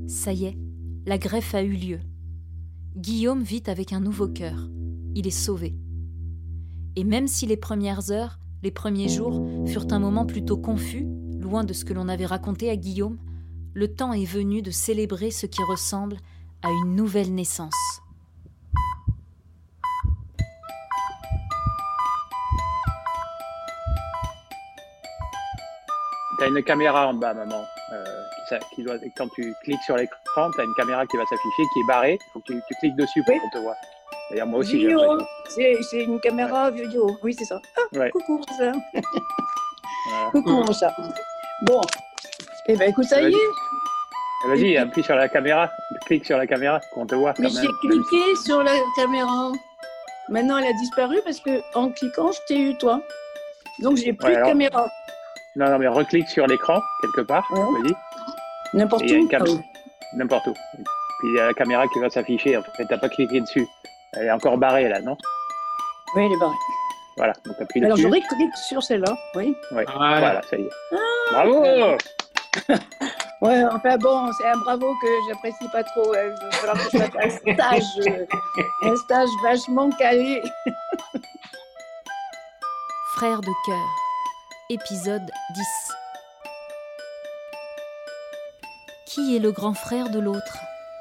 Ça y est, la greffe a eu lieu. Guillaume vit avec un nouveau cœur. Il est sauvé. Et même si les premières heures, les premiers jours furent un moment plutôt confus, loin de ce que l'on avait raconté à Guillaume, le temps est venu de célébrer ce qui ressemble à une nouvelle naissance. Tu as une caméra en bas, maman. Quand tu cliques sur l'écran, tu as une caméra qui va s'afficher, qui est barrée. Il faut que tu cliques dessus pour qu'on te voit. D'ailleurs, moi aussi, vidéo. C'est une caméra vidéo. Oui, c'est ça. Ah, ouais. Coucou, mon chat. Voilà. Coucou, mon chat. Bon. Eh bien, écoute, ça y est. Vas-y, appuie sur la caméra. Clique sur la caméra, qu'on te voit. Mais j'ai cliqué sur la caméra. Maintenant, elle a disparu parce qu'en cliquant, je t'ai eu, toi. Donc, j'ai plus de caméra. Non, mais reclique sur l'écran, quelque part. Ouais. Vas-y. N'importe où. N'importe où. Puis il y a la caméra qui va s'afficher. En fait, tu n'as pas cliqué dessus. Elle est encore barrée, là, non? Oui, elle est barrée. Voilà, donc appuie dessus. Alors, je reclique sur celle-là, oui. Ouais. Voilà, ça y est. Bravo. Ouais, enfin bon, c'est un bravo que j'apprécie pas trop. Il va falloir que je fasse un stage vachement calé. Frères de cœur, épisode 10. Qui est le grand frère de l'autre?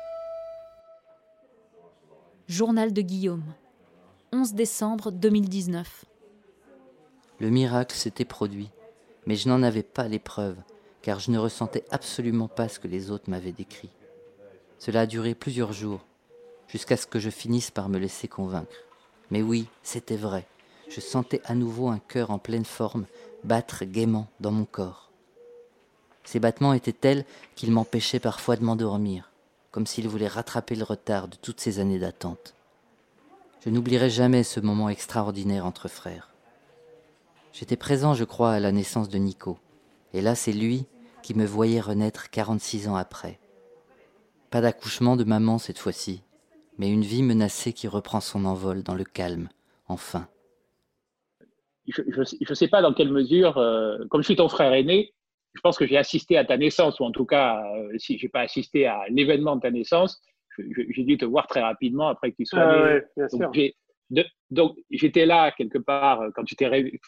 Journal de Guillaume, 11 décembre 2019. Le miracle s'était produit, mais je n'en avais pas les preuves, car je ne ressentais absolument pas ce que les autres m'avaient décrit. Cela a duré plusieurs jours, jusqu'à ce que je finisse par me laisser convaincre. Mais oui, c'était vrai, je sentais à nouveau un cœur en pleine forme battre gaiement dans mon corps. Ces battements étaient tels qu'ils m'empêchaient parfois de m'endormir, comme s'ils voulaient rattraper le retard de toutes ces années d'attente. Je n'oublierai jamais ce moment extraordinaire entre frères. J'étais présent, je crois, à la naissance de Nico, et là c'est lui qui me voyait renaître 46 ans après. Pas d'accouchement de maman cette fois-ci, mais une vie menacée qui reprend son envol dans le calme, enfin. Je ne sais pas dans quelle mesure, comme je suis ton frère aîné, je pense que j'ai assisté à ta naissance, ou en tout cas, si je n'ai pas assisté à l'événement de ta naissance, j'ai dû te voir très rapidement après que tu sois né. Ouais, bien sûr. Donc, j'étais là quelque part quand tu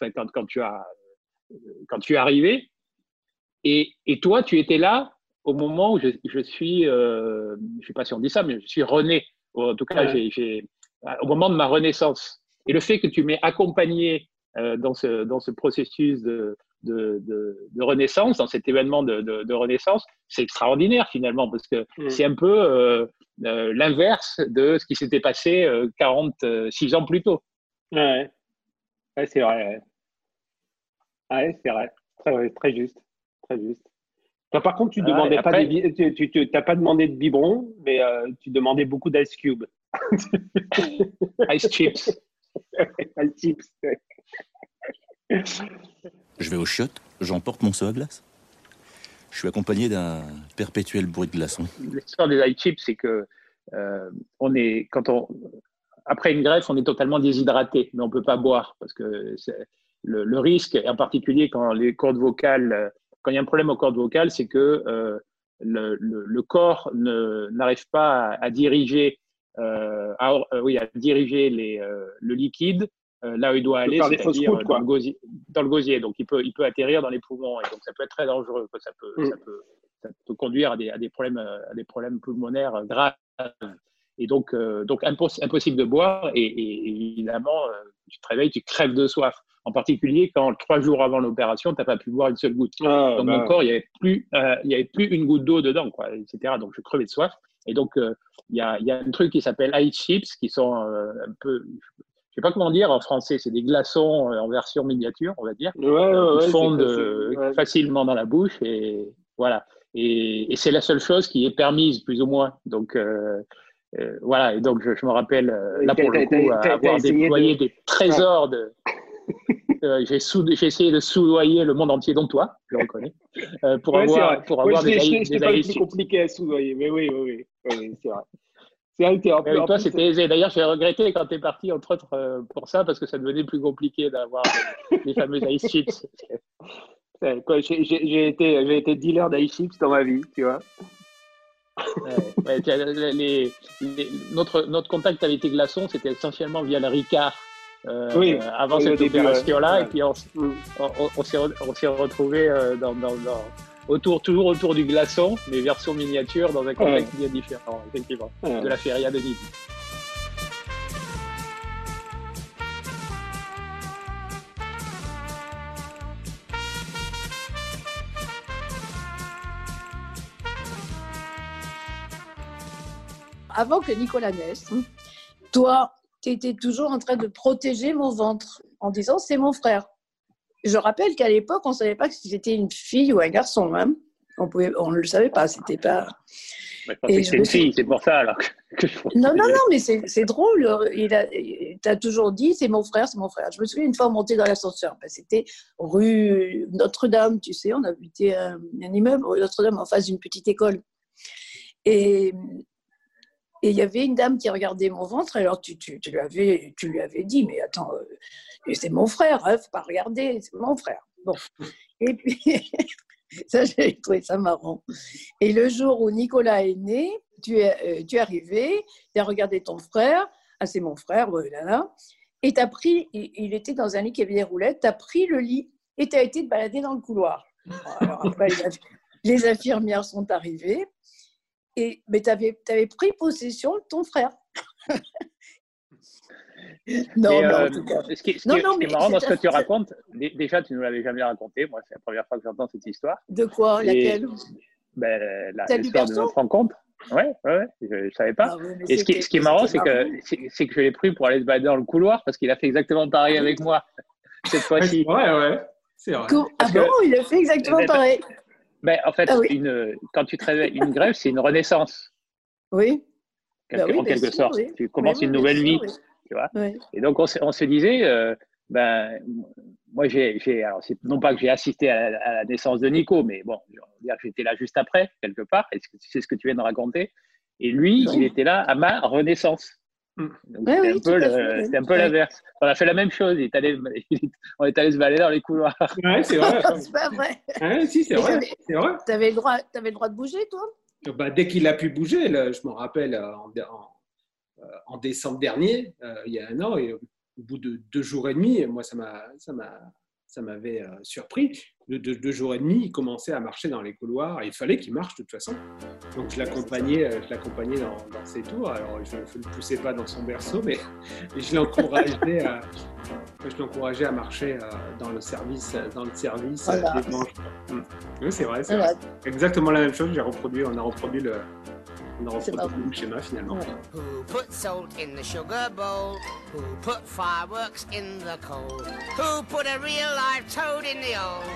es arrivé, et toi, tu étais là au moment où je suis, je ne sais pas si on dit ça, mais je suis rené. En tout cas, au moment de ma renaissance. Et le fait que tu m'aies accompagné dans ce processus de renaissance, dans cet événement de renaissance, c'est extraordinaire finalement, parce que c'est un peu l'inverse de ce qui s'était passé 46 ans plus tôt. Ouais, c'est vrai. Ouais, c'est vrai. Très juste. Très juste. Toi, par contre, tu demandais pas tu n'as pas demandé de biberon, mais tu demandais beaucoup d'Ice Cube. Ice chips. Ice chips. Je vais aux chiottes, j'emporte mon seau à glace. Je suis accompagné d'un perpétuel bruit de glaçons. L'histoire des ice chips, c'est que après une greffe, on est totalement déshydraté, mais on ne peut pas boire parce que le risque, et en particulier quand les cordes vocales, quand il y a un problème aux cordes vocales, c'est que le corps n'arrive pas à diriger, le liquide là où il doit aller, c'est-à-dire dans le gosier. Donc, il peut atterrir dans les poumons. Et donc, ça peut être très dangereux. Ça peut conduire à des problèmes pulmonaires graves. Et donc impossible de boire. Et évidemment, tu te réveilles, tu crèves de soif. En particulier quand 3 jours avant l'opération, tu n'as pas pu boire une seule goutte. Donc, mon corps, il n'y avait plus une goutte d'eau dedans, quoi, etc. Donc, je crevais de soif. Et donc, il y a un truc qui s'appelle ice chips, qui sont un peu... Je ne sais pas comment dire en français, c'est des glaçons en version miniature, on va dire, qui fondent facilement dans la bouche, et voilà. Et c'est la seule chose qui est permise, plus ou moins. Donc, voilà, et donc je me rappelle, là pour le coup, avoir déployé des trésors de... j'ai essayé de soudoyer le monde entier, dont toi, je le reconnais, pour avoir des c'est pas le plus compliqué à soudoyer, mais oui, c'est vrai. Avec toi, c'était aisé. D'ailleurs, j'ai regretté quand tu es parti, entre autres, pour ça, parce que ça devenait plus compliqué d'avoir les fameux ice chips. J'ai été dealer d'ice chips dans ma vie, tu vois. Notre contact avec les glaçons, c'était essentiellement via le Ricard. Avant cette début, opération-là, et puis on s'est retrouvés toujours autour du glaçon, mais version miniature, dans un contexte bien différent, effectivement, de la feria de Nîmes. Avant que Nicolas naisse, toi, tu étais toujours en train de protéger mon ventre en disant c'est mon frère. Je rappelle qu'à l'époque, on ne savait pas si c'était une fille ou un garçon. Hein. On ne le savait pas. C'était pas. Je pensais que c'était une fille, c'est pour ça alors que je Non, mais c'est drôle. Tu as toujours dit c'est mon frère, c'est mon frère. Je me souviens une fois, on montait dans l'ascenseur. C'était rue Notre-Dame, tu sais, on habitait un immeuble, rue Notre-Dame, en face d'une petite école. Et il y avait une dame qui regardait mon ventre, alors tu lui avais dit, mais attends, c'est mon frère, il ne faut pas regarder, c'est mon frère. Bon. Et puis, ça, j'ai trouvé ça marrant. Et le jour où Nicolas est né, tu es arrivé, tu as regardé ton frère, c'est mon frère, là, et tu as pris, il était dans un lit qui avait des roulettes, tu as pris le lit et tu as été te balader dans le couloir. Alors après, les infirmières sont arrivées. Mais tu avais pris possession de ton frère. Non, mais en tout cas. Ce qui est marrant dans ce que tu racontes, déjà, tu ne nous l'avais jamais raconté. Moi, c'est la première fois que j'entends cette histoire. De quoi? Laquelle? L'histoire de notre rencontre. Ouais, je ne savais pas. Et ce qui est marrant, c'est que je l'ai pris pour aller se balader dans le couloir parce qu'il a fait exactement pareil avec moi cette fois-ci. Ouais, c'est vrai. Il a fait exactement pareil. En fait, quand tu te réveilles, une greffe, c'est une renaissance. Oui. En quelque sorte. Oui. Tu commences une nouvelle vie. Oui. Tu vois. Oui. Et donc, on se disait, moi, alors, non pas que j'ai assisté à la naissance de Nico, mais bon, j'étais là juste après, quelque part, et c'est ce que tu viens de raconter. Et lui, il était là à ma renaissance. Donc, c'était un peu l'inverse. On a fait la même chose. On est allé se balader dans les couloirs. Ouais, c'est vrai. C'est pas vrai. Ouais, si, c'est vrai. Tu avais le droit de bouger, toi? Dès qu'il a pu bouger, là, je me rappelle en décembre dernier, il y a un an, et au bout de 2 jours et demi, moi, ça m'avait surpris. De 2 jours et demi, il commençait à marcher dans les couloirs. Il fallait qu'il marche de toute façon. Donc je l'accompagnais dans ses tours. Alors je ne le poussais pas dans son berceau, mais je l'encourageais à marcher dans le service voilà. des manches. Oui, c'est vrai. Exactement la même chose. On a reproduit le schéma finalement. Who put salt in the sugar bowl? Who put fireworks in the coal? Who put a real live toad in the hole?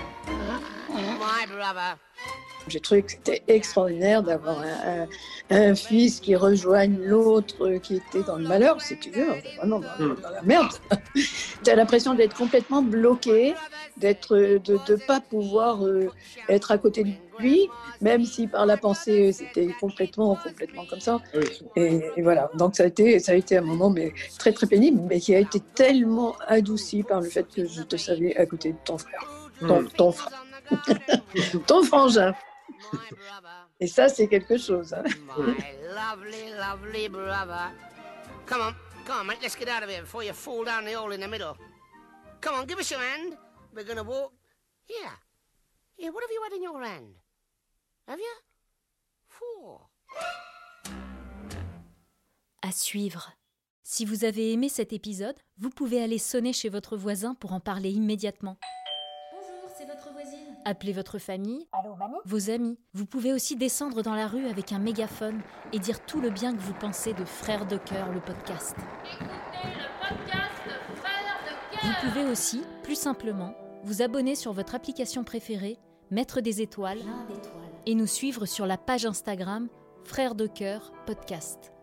My brother. J'ai trouvé que c'était extraordinaire d'avoir un fils qui rejoigne l'autre qui était dans le malheur, si tu veux, vraiment dans la merde. Tu as l'impression d'être complètement bloqué, de ne pas pouvoir être à côté de lui, même si par la pensée c'était complètement comme ça. Et voilà, donc ça a été un moment mais très très pénible, mais qui a été tellement adouci par le fait que je te savais à côté de ton frère, ton frère. Ton frangin. Et ça, c'est quelque chose. Hein. My lovely brother. Come on, mate, let's get out of here before you fall down the hole in the middle. Come on, give us your hand. We're gonna walk. Here, what have you had in your hand? Have you? 4. À suivre. Si vous avez aimé cet épisode, vous pouvez aller sonner chez votre voisin pour en parler immédiatement. C'est votre voisine. Appelez votre famille, allô, mamie, vos amis. Vous pouvez aussi descendre dans la rue avec un mégaphone et dire tout le bien que vous pensez de Frères de Cœur, le podcast. Écoutez le podcast de Frères de Cœur. Vous pouvez aussi, plus simplement, vous abonner sur votre application préférée, mettre des étoiles et nous suivre sur la page Instagram Frères de Cœur podcast.